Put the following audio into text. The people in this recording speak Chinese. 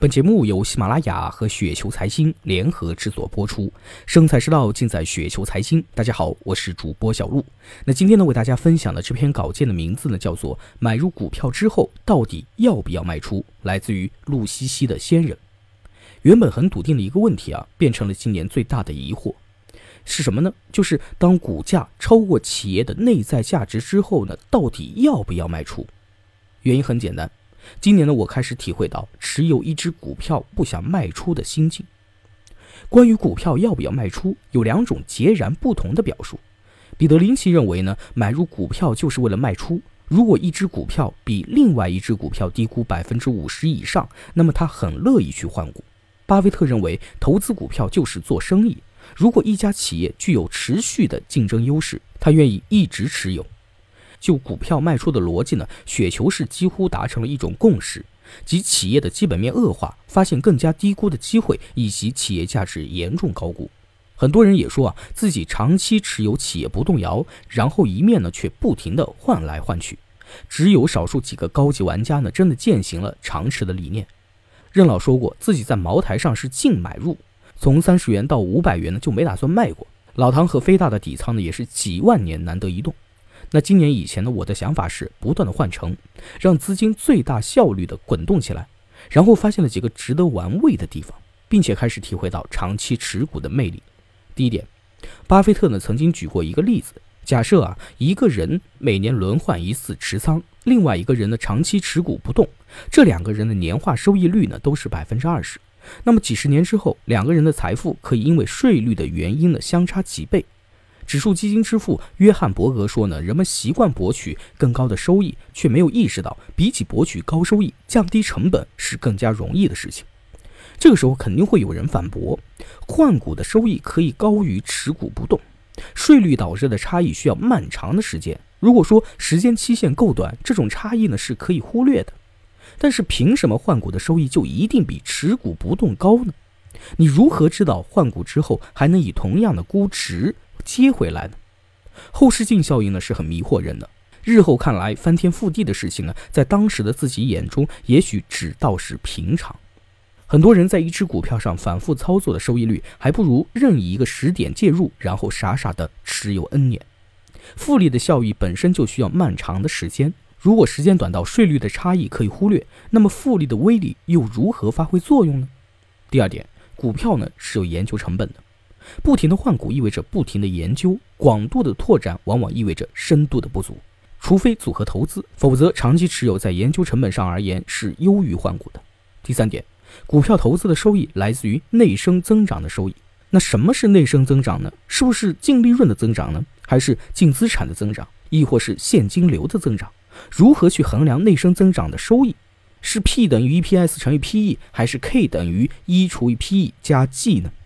本节目由喜马拉雅和雪球财经联合制作播出，生财之道尽在雪球财经。大家好，我是主播小璐。那今天呢，为大家分享的这篇稿件的名字呢，叫做买入股票之后到底要不要卖出，来自于路西西的仙人。原本很笃定的一个问题变成了今年最大的疑惑，是什么呢？就是当股价超过企业的内在价值之后呢，到底要不要卖出？原因很简单，今年呢，我开始体会到持有一只股票不想卖出的心境。关于股票要不要卖出，有两种截然不同的表述。彼得林奇认为呢，买入股票就是为了卖出。如果一只股票比另外一只股票低估 50% 以上，那么他很乐意去换股。巴菲特认为，投资股票就是做生意。如果一家企业具有持续的竞争优势，他愿意一直持有。就股票卖出的逻辑呢，雪球是几乎达成了一种共识，即企业的基本面恶化，发现更加低估的机会，以及企业价值严重高估。很多人也说自己长期持有企业不动摇，然后一面呢却不停地换来换去。只有少数几个高级玩家呢，真的践行了长持的理念。任老说过，自己在茅台上是净买入，从30元到500元呢就没打算卖过。老唐和飞大的底仓呢也是几万年难得一动。那今年以前呢，我的想法是不断的换乘，让资金最大效率的滚动起来，然后发现了几个值得玩味的地方，并且开始体会到长期持股的魅力。第一点，巴菲特呢曾经举过一个例子，假设一个人每年轮换一次持仓，另外一个人呢长期持股不动，这两个人的年化收益率呢都是 20%， 那么几十年之后，两个人的财富可以因为税率的原因呢相差几倍。指数基金之父约翰伯格说呢，人们习惯博取更高的收益，却没有意识到比起博取高收益，降低成本是更加容易的事情。这个时候肯定会有人反驳，换股的收益可以高于持股不动，税率导致的差异需要漫长的时间，如果说时间期限够短，这种差异呢是可以忽略的。但是凭什么换股的收益就一定比持股不动高呢？你如何知道换股之后还能以同样的估值接回来呢？后视镜效应呢是很迷惑人的，日后看来翻天覆地的事情呢，在当时的自己眼中也许只道是平常。很多人在一只股票上反复操作的收益率，还不如任意一个时点介入，然后傻傻的持有 N 年。复利的效益本身就需要漫长的时间，如果时间短到税率的差异可以忽略，那么复利的威力又如何发挥作用呢？第二点，股票呢是有研究成本的。不停的换股意味着不停的研究，广度的拓展往往意味着深度的不足。除非组合投资，否则长期持有在研究成本上而言是优于换股的。第三点，股票投资的收益来自于内生增长的收益。那什么是内生增长呢？是不是净利润的增长呢？还是净资产的增长，亦或是现金流的增长？如何去衡量内生增长的收益？是 P 等于 EPS 乘以 PE， 还是 K 等于1除以 PE 加 G 呢？